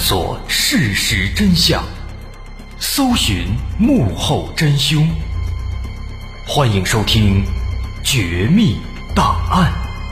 索事实真相，搜寻幕后真凶。欢迎收听《绝密档案》。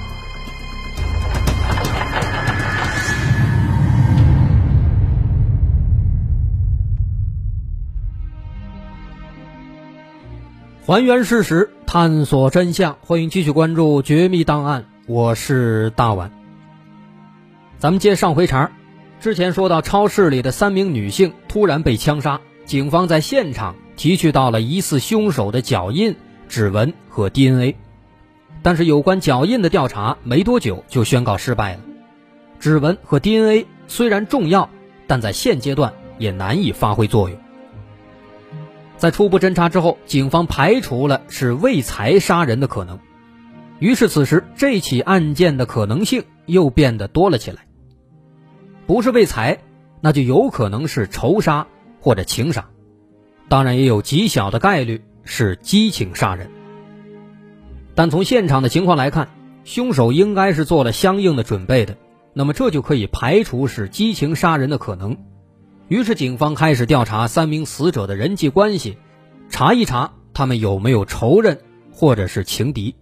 还原事实，探索真相，欢迎继续关注《绝密档案》，我是大碗。咱们接上回茬，之前说到超市里的3名女性突然被枪杀，警方在现场提取到了疑似凶手的脚印、指纹和 DNA， 但是有关脚印的调查没多久就宣告失败了。指纹和 DNA 虽然重要，但在现阶段也难以发挥作用。在初步侦查之后，警方排除了是为财杀人的可能，于是此时这起案件的可能性又变得多了起来。不是为财，那就有可能是仇杀或者情杀，当然也有极小的概率是激情杀人。但从现场的情况来看，凶手应该是做了相应的准备的，那么这就可以排除是激情杀人的可能。于是警方开始调查3名死者的人际关系，查一查他们有没有仇人或者是情敌。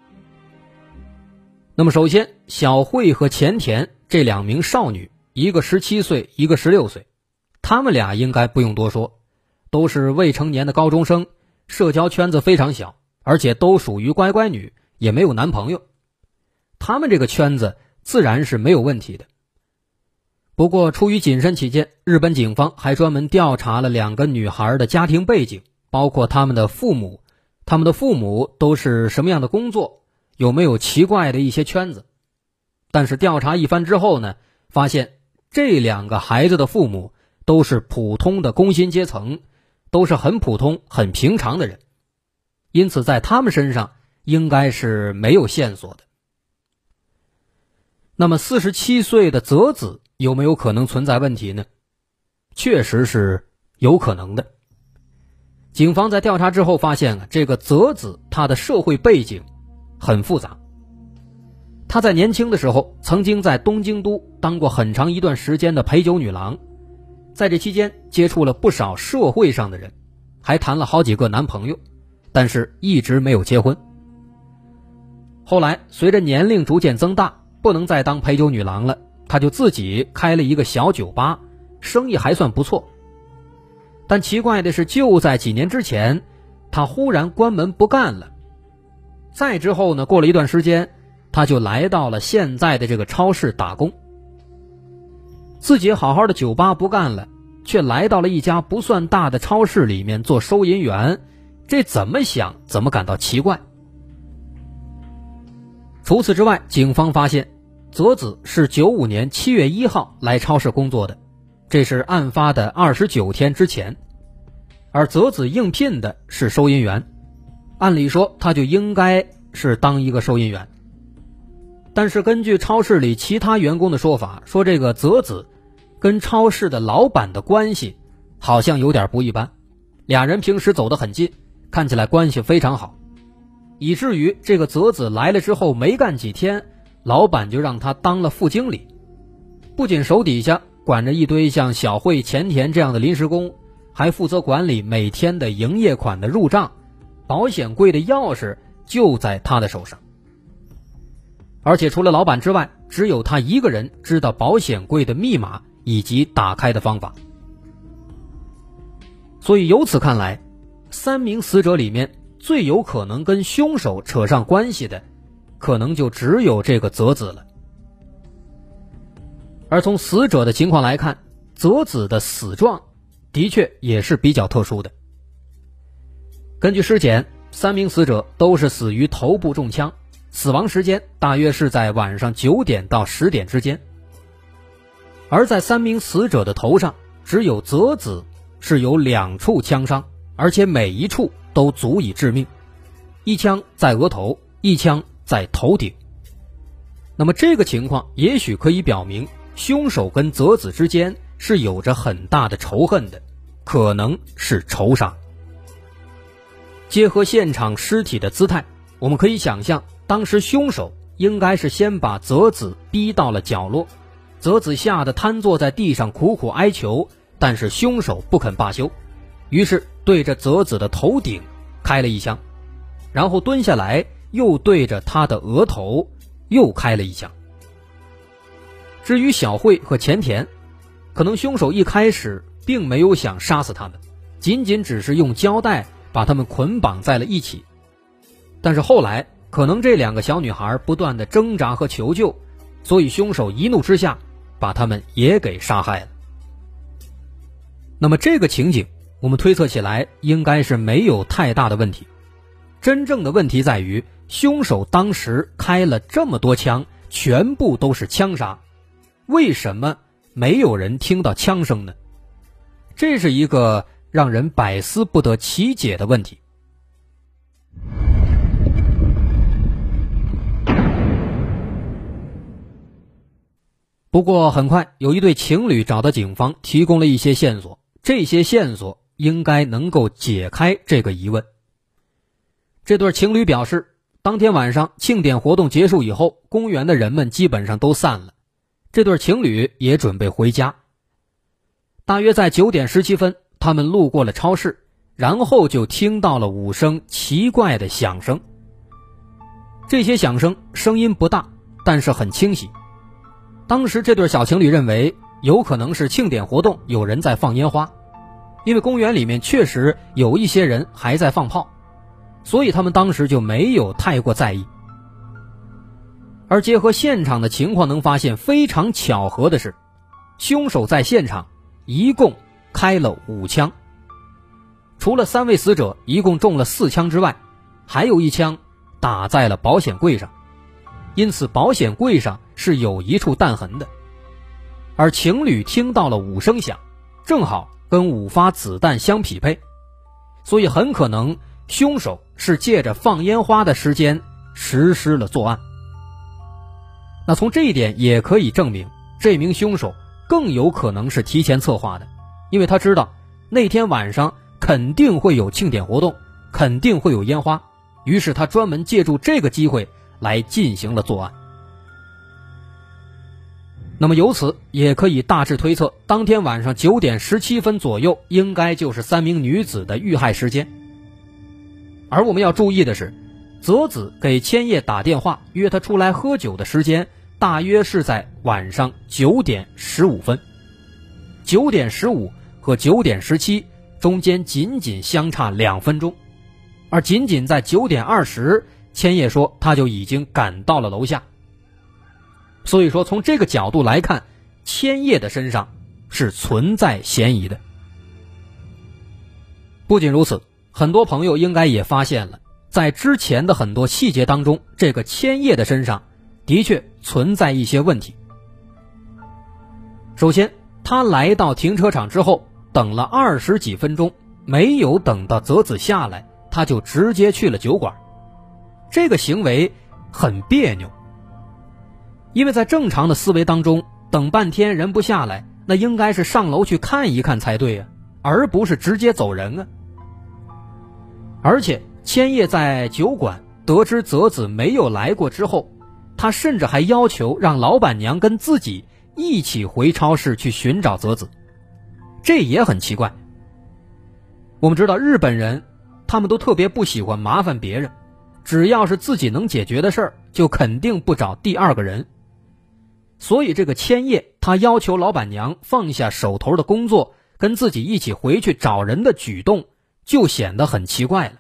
那么首先，小慧和钱田这2名少女，一个17岁，一个16岁，他们俩应该不用多说，都是未成年的高中生，社交圈子非常小，而且都属于乖乖女，也没有男朋友，他们这个圈子自然是没有问题的。不过出于谨慎起见，日本警方还专门调查了2个女孩的家庭背景，包括他们的父母都是什么样的工作，有没有奇怪的一些圈子。但是调查一番之后呢，发现这2个孩子的父母都是普通的工薪阶层，都是很普通很平常的人，因此在他们身上应该是没有线索的。那么47岁的泽子有没有可能存在问题呢？确实是有可能的。警方在调查之后发现这个泽子他的社会背景很复杂。他在年轻的时候曾经在东京都当过很长一段时间的陪酒女郎，在这期间接触了不少社会上的人，还谈了好几个男朋友，但是一直没有结婚。后来随着年龄逐渐增大，不能再当陪酒女郎了，他就自己开了一个小酒吧，生意还算不错。但奇怪的是，就在几年之前，他忽然关门不干了。再之后呢，过了一段时间，他就来到了现在的这个超市打工。自己好好的酒吧不干了，却来到了一家不算大的超市里面做收银员，这怎么想怎么感到奇怪。除此之外，警方发现泽子是95年7月1号来超市工作的，这是案发的29天之前。而泽子应聘的是收银员，按理说他就应该是当一个收银员。但是根据超市里其他员工的说法，说这个泽子跟超市的老板的关系好像有点不一般，俩人平时走得很近，看起来关系非常好，以至于这个泽子来了之后没干几天，老板就让他当了副经理，不仅手底下管着一堆像小慧、钱田这样的临时工，还负责管理每天的营业款的入账，保险柜的钥匙就在他的手上。而且除了老板之外，只有他一个人知道保险柜的密码以及打开的方法。所以由此看来，3名死者里面最有可能跟凶手扯上关系的，可能就只有这个泽子了。而从死者的情况来看，泽子的死状的确也是比较特殊的。根据尸检，3名死者都是死于头部中枪，死亡时间大约是在晚上9点到10点之间。而在3名死者的头上，只有泽子是有2处枪伤，而且每一处都足以致命，一枪在额头，一枪在头顶。那么这个情况也许可以表明，凶手跟泽子之间是有着很大的仇恨的，可能是仇杀。结合现场尸体的姿态，我们可以想象，当时凶手应该是先把泽子逼到了角落， 泽子吓得瘫坐在地上苦苦哀求，但是凶手不肯罢休，于是对着泽子的头顶开了一枪，然后蹲下来又对着他的额头又开了一枪。至于小慧和钱田，可能凶手一开始并没有想杀死他们，仅仅只是用胶带把他们捆绑在了一起。但是后来可能这两个小女孩不断的挣扎和求救，所以凶手一怒之下把他们也给杀害了。那么这个情景我们推测起来应该是没有太大的问题，真正的问题在于凶手当时开了这么多枪，全部都是枪杀，为什么没有人听到枪声呢？这是一个让人百思不得其解的问题。不过很快有一对情侣找到警方，提供了一些线索，这些线索应该能够解开这个疑问。这对情侣表示，当天晚上庆典活动结束以后，公园的人们基本上都散了，这对情侣也准备回家。大约在9点17分，他们路过了超市，然后就听到了5声奇怪的响声。这些响声声音不大，但是很清晰。当时这对小情侣认为有可能是庆典活动有人在放烟花，因为公园里面确实有一些人还在放炮，所以他们当时就没有太过在意。而结合现场的情况能发现，非常巧合的是，凶手在现场一共开了5枪，除了3位死者一共中了4枪之外，还有1枪打在了保险柜上，因此保险柜上是有一处弹痕的。而情侣听到了5声响，正好跟5发子弹相匹配，所以很可能凶手是借着放烟花的时间实施了作案。那从这一点也可以证明，这名凶手更有可能是提前策划的，因为他知道那天晚上肯定会有庆典活动，肯定会有烟花，于是他专门借助这个机会来进行了作案。那么由此也可以大致推测，当天晚上9点17分左右应该就是3名女子的遇害时间。而我们要注意的是，泽子给千叶打电话约他出来喝酒的时间大约是在晚上9点15分。9点15和9点17中间仅仅相差2分钟，而仅仅在9点20，千叶说他就已经赶到了楼下。所以说从这个角度来看，千叶的身上是存在嫌疑的。不仅如此，很多朋友应该也发现了，在之前的很多细节当中，这个千叶的身上的确存在一些问题。首先，他来到停车场之后等了20几分钟，没有等到泽子下来，他就直接去了酒馆，这个行为很别扭。因为在正常的思维当中，等半天人不下来，那应该是上楼去看一看才对啊，而不是直接走人啊。而且千叶在酒馆得知泽子没有来过之后，他甚至还要求让老板娘跟自己一起回超市去寻找泽子，这也很奇怪。我们知道日本人他们都特别不喜欢麻烦别人，只要是自己能解决的事儿，就肯定不找第二个人。所以这个千叶他要求老板娘放下手头的工作，跟自己一起回去找人的举动就显得很奇怪了。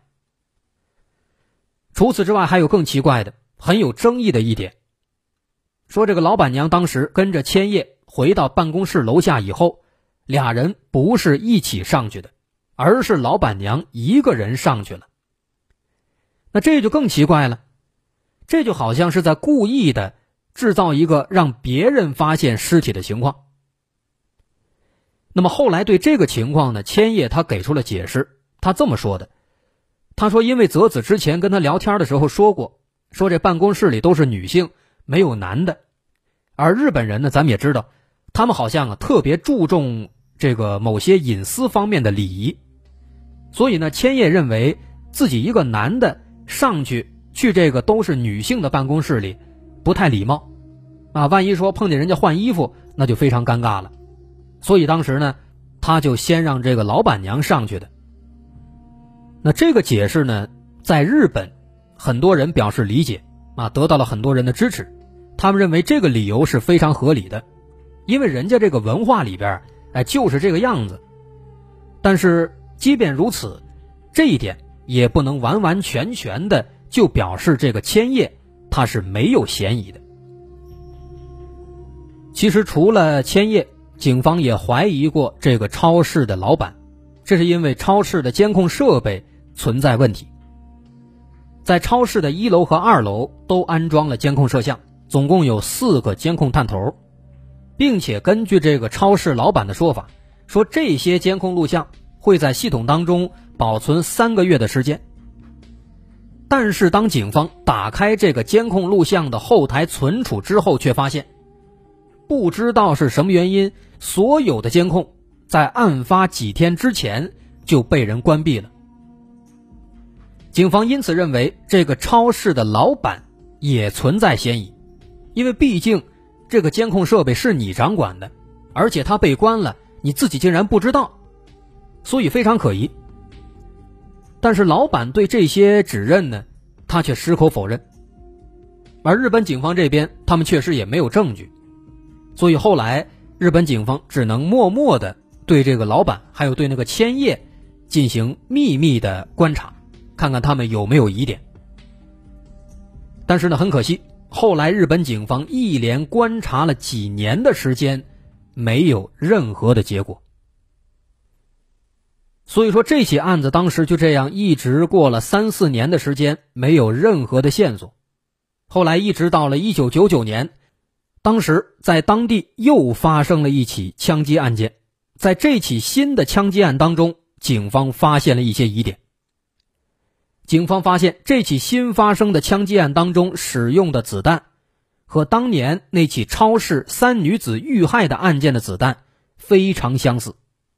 除此之外，还有更奇怪的很有争议的一点，说这个老板娘当时跟着千叶回到办公室楼下以后，俩人不是一起上去的，而是老板娘一个人上去了。那这就更奇怪了，这就好像是在故意的制造一个让别人发现尸体的情况。那么后来对这个情况呢，千叶他给出了解释，他这么说的，他说因为泽子之前跟他聊天的时候说过，说这办公室里都是女性，没有男的，而日本人呢，咱们也知道他们好像特别注重这个某些隐私方面的礼仪，所以呢，千叶认为自己一个男的上去这个都是女性的办公室里不太礼貌啊，万一说碰见人家换衣服那就非常尴尬了。所以当时呢，他就先让这个老板娘上去的。那这个解释呢，在日本很多人表示理解得到了很多人的支持。他们认为这个理由是非常合理的，因为人家这个文化里边就是这个样子。但是即便如此，这一点也不能完完全全的就表示这个千叶他是没有嫌疑的。其实除了千叶，警方也怀疑过这个超市的老板，这是因为超市的监控设备存在问题。在超市的1楼和2楼都安装了监控摄像，总共有4个监控探头，并且根据这个超市老板的说法，说这些监控录像会在系统当中保存3个月的时间。但是当警方打开这个监控录像的后台存储之后，却发现不知道是什么原因，所有的监控在案发几天之前就被人关闭了。警方因此认为这个超市的老板也存在嫌疑，因为毕竟这个监控设备是你掌管的，而且他被关了，你自己竟然不知道，所以非常可疑。但是老板对这些指认呢，他却矢口否认。而日本警方这边，他们确实也没有证据，所以后来日本警方只能默默地对这个老板还有对那个千叶进行秘密的观察，看看他们有没有疑点。但是呢，很可惜，后来日本警方一连观察了几年的时间，没有任何的结果。所以说这起案子当时就这样一直过了3、4年的时间，没有任何的线索。后来一直到了1999年，当时在当地又发生了一起枪击案件。在这起新的枪击案当中，警方发现了一些疑点。警方发现这起新发生的枪击案当中使用的子弹和当年那起超市3女子遇害的案件的子弹非常相似。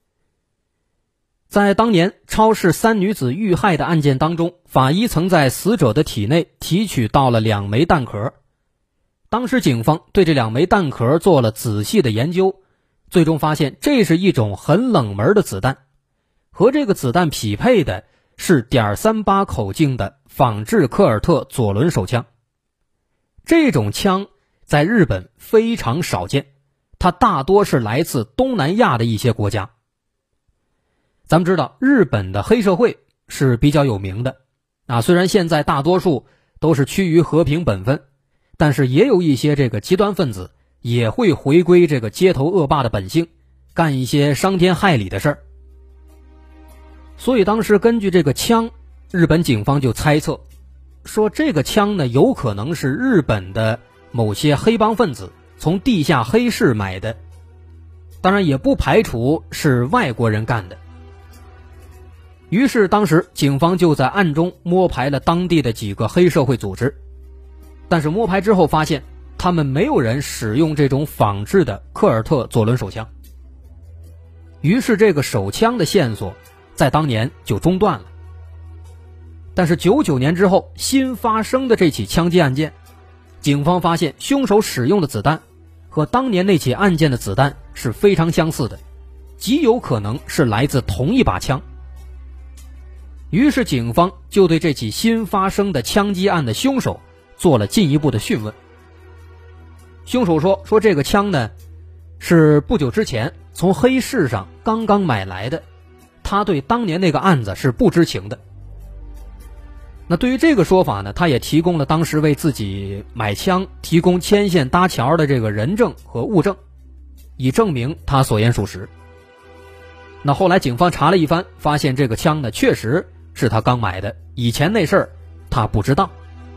在当年超市3女子遇害的案件当中，法医曾在死者的体内提取到了2枚弹壳。当时警方对这2枚弹壳做了仔细的研究，最终发现这是一种很冷门的子弹，和这个子弹匹配的是.38口径的仿制科尔特左轮手枪。这种枪在日本非常少见，它大多是来自东南亚的一些国家。咱们知道日本的黑社会是比较有名的虽然现在大多数都是趋于和平本分，但是也有一些这个极端分子也会回归这个街头恶霸的本性，干一些伤天害理的事儿。所以当时根据这个枪，日本警方就猜测说这个枪呢，有可能是日本的某些黑帮分子从地下黑市买的，当然也不排除是外国人干的。于是当时警方就在暗中摸排了当地的几个黑社会组织，但是摸排之后发现他们没有人使用这种仿制的科尔特左轮手枪。于是这个手枪的线索在当年就中断了。但是99年之后新发生的这起枪击案件，警方发现凶手使用的子弹和当年那起案件的子弹是非常相似的，极有可能是来自同一把枪。于是警方就对这起新发生的枪击案的凶手做了进一步的讯问。凶手说这个枪呢是不久之前从黑市上刚刚买来的，他对当年那个案子是不知情的。那对于这个说法呢，他也提供了当时为自己买枪提供牵线搭桥的这个人证和物证，以证明他所言属实。那后来警方查了一番，发现这个枪呢确实是他刚买的，以前那事儿他不知道。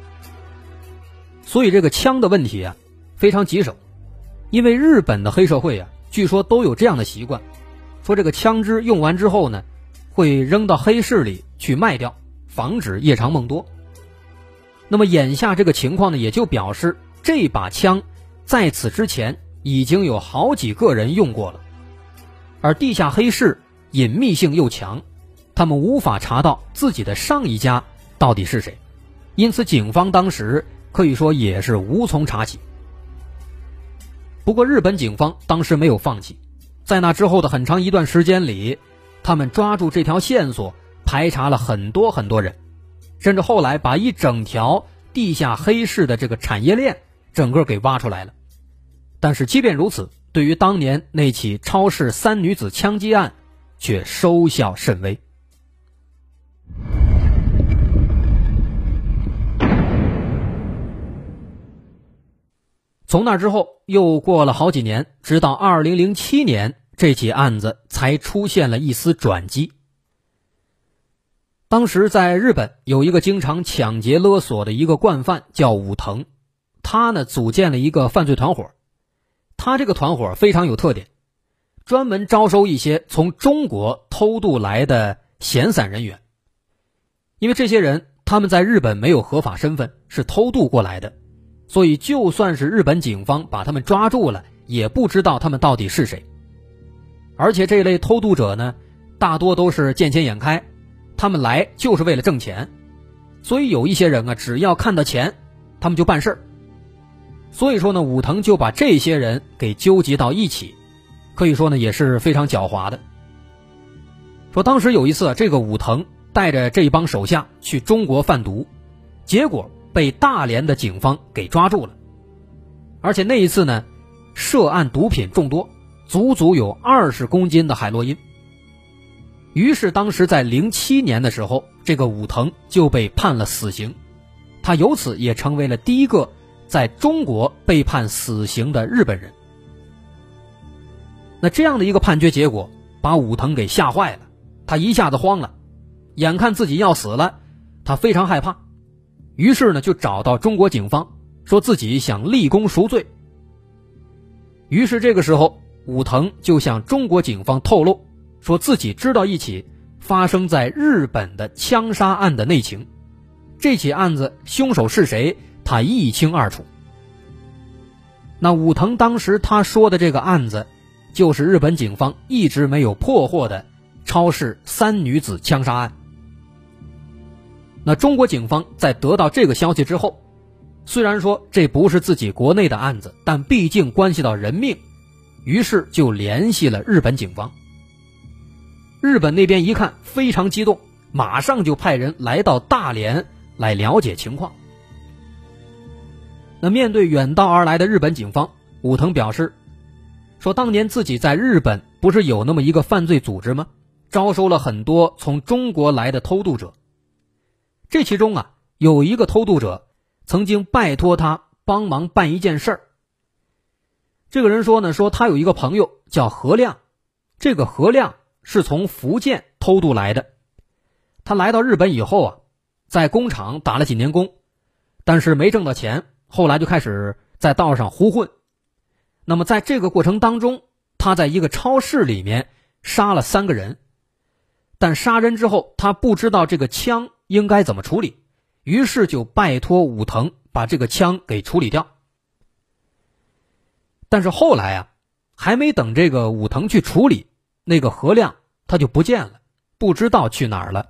所以这个枪的问题非常棘手，因为日本的黑社会据说都有这样的习惯，说这个枪支用完之后呢，会扔到黑市里去卖掉，防止夜长梦多。那么眼下这个情况呢，也就表示这把枪在此之前已经有好几个人用过了，而地下黑市隐秘性又强，他们无法查到自己的上一家到底是谁，因此警方当时可以说也是无从查起。 不过日本警方当时没有放弃，在那之后的很长一段时间里，他们抓住这条线索，排查了很多人，甚至后来把一整条地下黑市的这个产业链整个给挖出来了。但是即便如此，对于当年那起超市3女子枪击案却收效甚微。从那之后又过了好几年，直到2007年，这起案子才出现了一丝转机。当时在日本有一个经常抢劫勒索的一个惯犯叫武藤，他呢组建了一个犯罪团伙。他这个团伙非常有特点，专门招收一些从中国偷渡来的闲散人员。因为这些人他们在日本没有合法身份，是偷渡过来的，所以就算是日本警方把他们抓住了，也不知道他们到底是谁。而且这类偷渡者呢，大多都是见钱眼开，他们来就是为了挣钱，所以有一些人啊，只要看到钱，他们就办事儿。所以说呢，武藤就把这些人给纠集到一起，可以说呢也是非常狡猾的。说当时有一次，这个武藤带着这一帮手下去中国贩毒，结果被大连的警方给抓住了。而且那一次呢，涉案毒品众多，足足有20公斤的海洛因。于是当时在07年的时候，这个武藤就被判了死刑，他由此也成为了第一个在中国被判死刑的日本人。那这样的一个判决结果把武藤给吓坏了，他一下子慌了，眼看自己要死了，他非常害怕，于是呢就找到中国警方，说自己想立功赎罪。于是这个时候，武藤就向中国警方透露，说自己知道一起发生在日本的枪杀案的内情，这起案子凶手是谁，他一清二楚。那武藤当时他说的这个案子，就是日本警方一直没有破获的超市3女子枪杀案。那中国警方在得到这个消息之后，虽然说这不是自己国内的案子，但毕竟关系到人命，于是就联系了日本警方。日本那边一看非常激动，马上就派人来到大连来了解情况。那面对远道而来的日本警方，武藤表示说，当年自己在日本不是有那么一个犯罪组织吗？招收了很多从中国来的偷渡者。这其中啊，有一个偷渡者曾经拜托他帮忙办一件事儿。这个人说呢，说他有一个朋友叫何亮，这个何亮是从福建偷渡来的。他来到日本以后啊，在工厂打了几年工，但是没挣到钱，后来就开始在道上胡混。那么在这个过程当中，他在一个超市里面杀了3个人，但杀人之后他不知道这个枪应该怎么处理，于是就拜托武藤把这个枪给处理掉。但是后来啊，还没等这个武藤去处理，那个何亮他就不见了，不知道去哪儿了。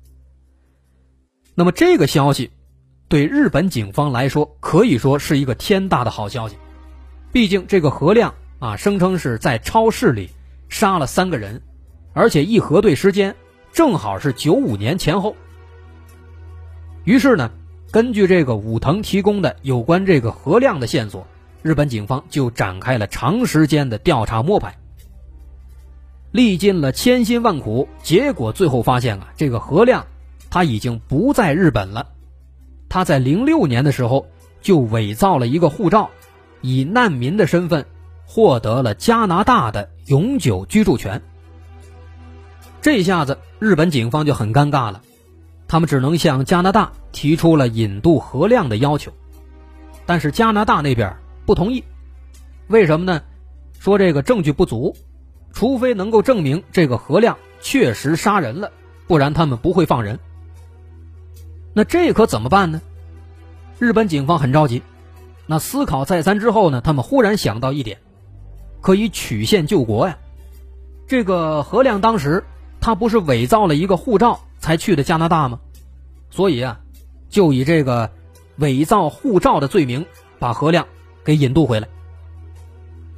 那么这个消息对日本警方来说可以说是一个天大的好消息，毕竟这个何亮啊，声称是在超市里杀了3个人，而且一核对时间正好是95年前后。于是呢，根据这个武藤提供的有关这个何亮的线索，日本警方就展开了长时间的调查摸排，历尽了千辛万苦，结果最后发现啊，这个何亮他已经不在日本了。他在06年的时候就伪造了一个护照，以难民的身份获得了加拿大的永久居住权。这下子日本警方就很尴尬了，他们只能向加拿大提出了引渡何亮的要求，但是加拿大那边不同意。为什么呢？说这个证据不足，除非能够证明这个何亮确实杀人了，不然他们不会放人。那这可怎么办呢？日本警方很着急。那思考再三之后呢，他们忽然想到一点，可以曲线救国呀。这个何亮当时他不是伪造了一个护照才去的加拿大吗？所以啊，就以这个伪造护照的罪名把何亮给引渡回来。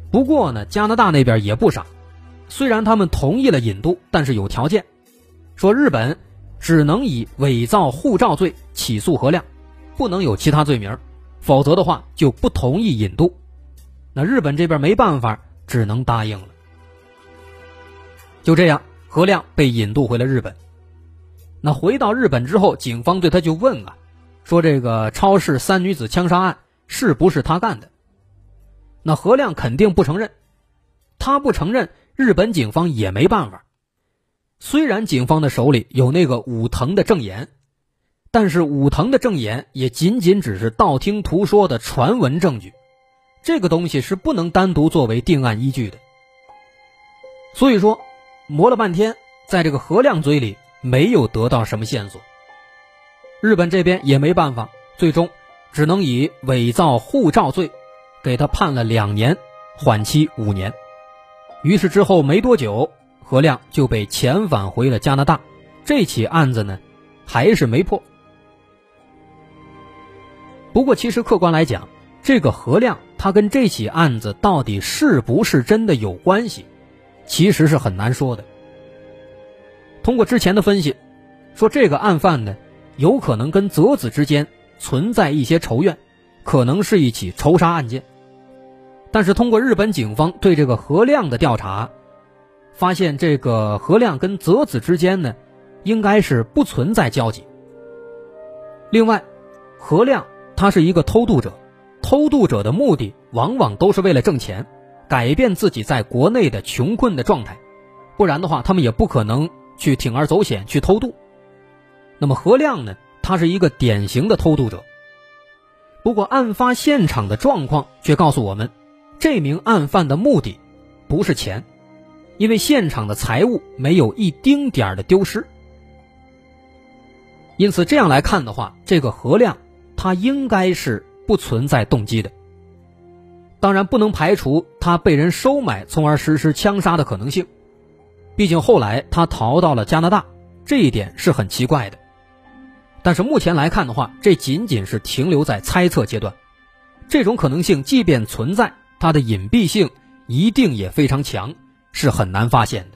不过呢，加拿大那边也不傻，虽然他们同意了引渡，但是有条件，说日本只能以伪造护照罪起诉何亮，不能有其他罪名，否则的话就不同意引渡。那日本这边没办法，只能答应了。就这样，何亮被引渡回了日本。那回到日本之后，警方对他就问啊，说这个超市3女子枪杀案是不是他干的？那何亮肯定不承认，他不承认，日本警方也没办法。虽然警方的手里有那个武藤的证言，但是武藤的证言也仅仅只是道听途说的传闻证据，这个东西是不能单独作为定案依据的。所以说磨了半天，在这个何亮嘴里没有得到什么线索，日本这边也没办法，最终只能以伪造护照罪给他判了2年，缓期5年。于是之后没多久，何亮就被遣返回了加拿大，这起案子呢还是没破。不过其实客观来讲，这个何亮他跟这起案子到底是不是真的有关系，其实是很难说的。通过之前的分析，说这个案犯呢有可能跟泽子之间存在一些仇怨，可能是一起仇杀案件。但是通过日本警方对这个何亮的调查，发现这个何亮跟泽子之间呢应该是不存在交集。另外，何亮他是一个偷渡者，偷渡者的目的往往都是为了挣钱，改变自己在国内的穷困的状态，不然的话他们也不可能去铤而走险去偷渡。那么何亮呢，他是一个典型的偷渡者。不过案发现场的状况却告诉我们，这名案犯的目的不是钱，因为现场的财物没有一丁点的丢失。因此这样来看的话，这个何亮他应该是不存在动机的。当然不能排除他被人收买从而实施枪杀的可能性，毕竟后来他逃到了加拿大，这一点是很奇怪的。但是目前来看的话，这仅仅是停留在猜测阶段，这种可能性即便存在，它的隐蔽性一定也非常强，是很难发现的。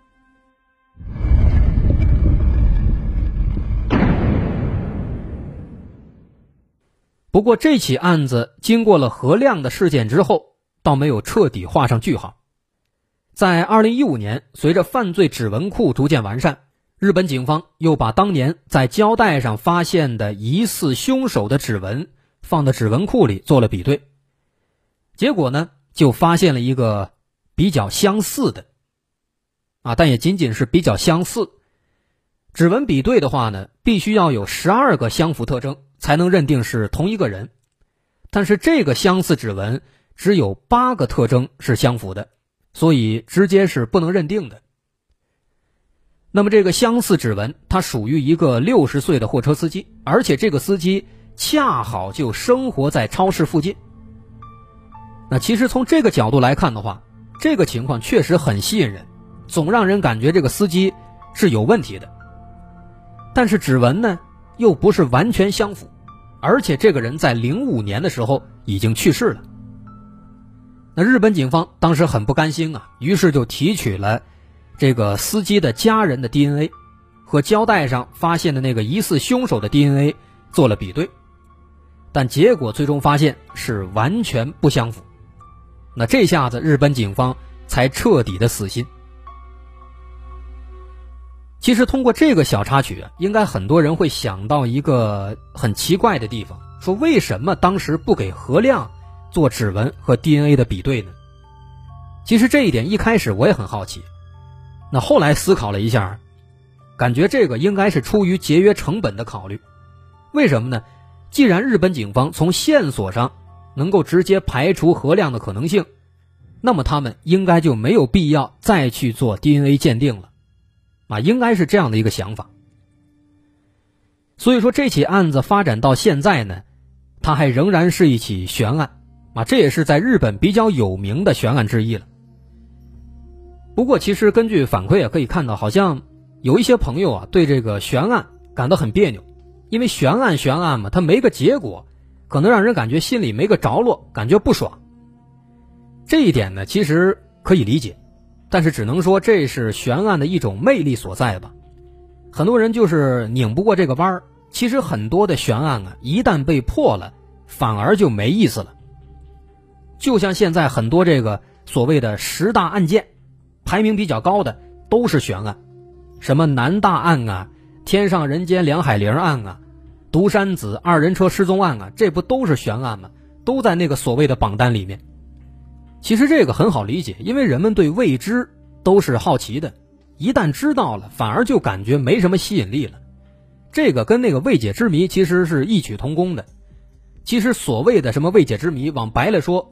不过这起案子经过了何亮的事件之后，倒没有彻底画上句号。在2015年，随着犯罪指纹库逐渐完善，日本警方又把当年在胶带上发现的疑似凶手的指纹放到指纹库里做了比对，结果呢就发现了一个比较相似的但也仅仅是比较相似。指纹比对的话呢，必须要有12个相符特征才能认定是同一个人，但是这个相似指纹只有8个特征是相符的，所以直接是不能认定的。那么这个相似指纹它属于一个60岁的货车司机，而且这个司机恰好就生活在超市附近。那其实从这个角度来看的话，这个情况确实很吸引人，总让人感觉这个司机是有问题的。但是指纹呢又不是完全相符，而且这个人在05年的时候已经去世了。那日本警方当时很不甘心于是就提取了这个司机的家人的 DNA 和胶带上发现的那个疑似凶手的 DNA 做了比对，但结果最终发现是完全不相符。那这下子日本警方才彻底的死心。其实通过这个小插曲应该很多人会想到一个很奇怪的地方，说为什么当时不给何亮做指纹和 DNA 的比对呢？其实这一点一开始我也很好奇，那后来思考了一下，感觉这个应该是出于节约成本的考虑。为什么呢？既然日本警方从线索上能够直接排除何亮的可能性，那么他们应该就没有必要再去做 DNA 鉴定了应该是这样的一个想法。所以说这起案子发展到现在呢，它还仍然是一起悬案这也是在日本比较有名的悬案之一了。不过其实根据反馈可以看到，好像有一些朋友对这个悬案感到很别扭，因为悬案嘛，它没个结果，可能让人感觉心里没个着落，感觉不爽。 这一点呢，其实可以理解，但是只能说这是悬案的一种魅力所在吧。很多人就是拧不过这个弯儿，其实很多的悬案啊，一旦被破了，反而就没意思了。就像现在很多这个所谓的10大案件，排名比较高的都是悬案，什么南大案啊、天上人间梁海玲案啊、独山子2人车失踪案啊，这不都是悬案吗？都在那个所谓的榜单里面。其实这个很好理解，因为人们对未知都是好奇的，一旦知道了，反而就感觉没什么吸引力了。这个跟那个未解之谜其实是异曲同工的。其实所谓的什么未解之谜，往白了说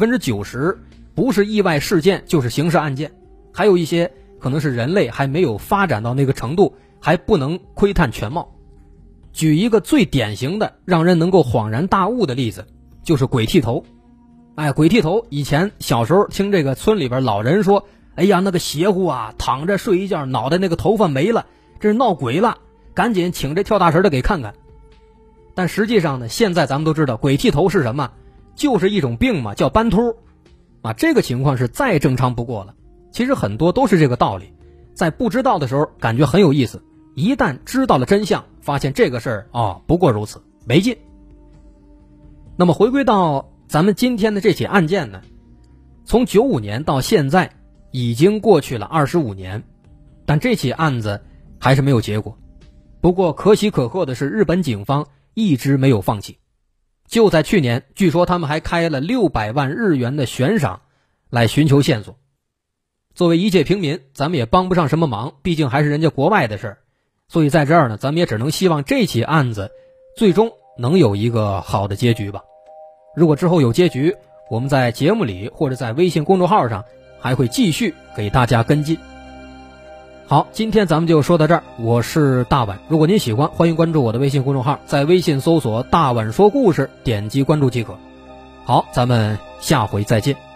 ，90%不是意外事件就是刑事案件，还有一些可能是人类还没有发展到那个程度，还不能窥探全貌。举一个最典型的让人能够恍然大悟的例子，就是鬼剃头。鬼剃头，以前小时候听这个村里边老人说，哎呀，那个邪乎啊，躺着睡一觉，脑袋那个头发没了，这是闹鬼了，赶紧请这跳大神的给看看。但实际上呢，现在咱们都知道鬼剃头是什么，就是一种病嘛，叫斑秃啊，这个情况是再正常不过了。其实很多都是这个道理，在不知道的时候感觉很有意思，一旦知道了真相，发现这个事儿不过如此，没劲。那么回归到咱们今天的这起案件呢，从95年到现在已经过去了25年，但这起案子还是没有结果。不过可喜可贺的是，日本警方一直没有放弃。就在去年，据说他们还开了600万日元的悬赏来寻求线索。作为一介平民，咱们也帮不上什么忙，毕竟还是人家国外的事儿。所以在这儿呢，咱们也只能希望这起案子最终能有一个好的结局吧。如果之后有结局，我们在节目里或者在微信公众号上还会继续给大家跟进。好，今天咱们就说到这儿，我是大碗。如果您喜欢，欢迎关注我的微信公众号，在微信搜索大碗说故事，点击关注即可。好，咱们下回再见。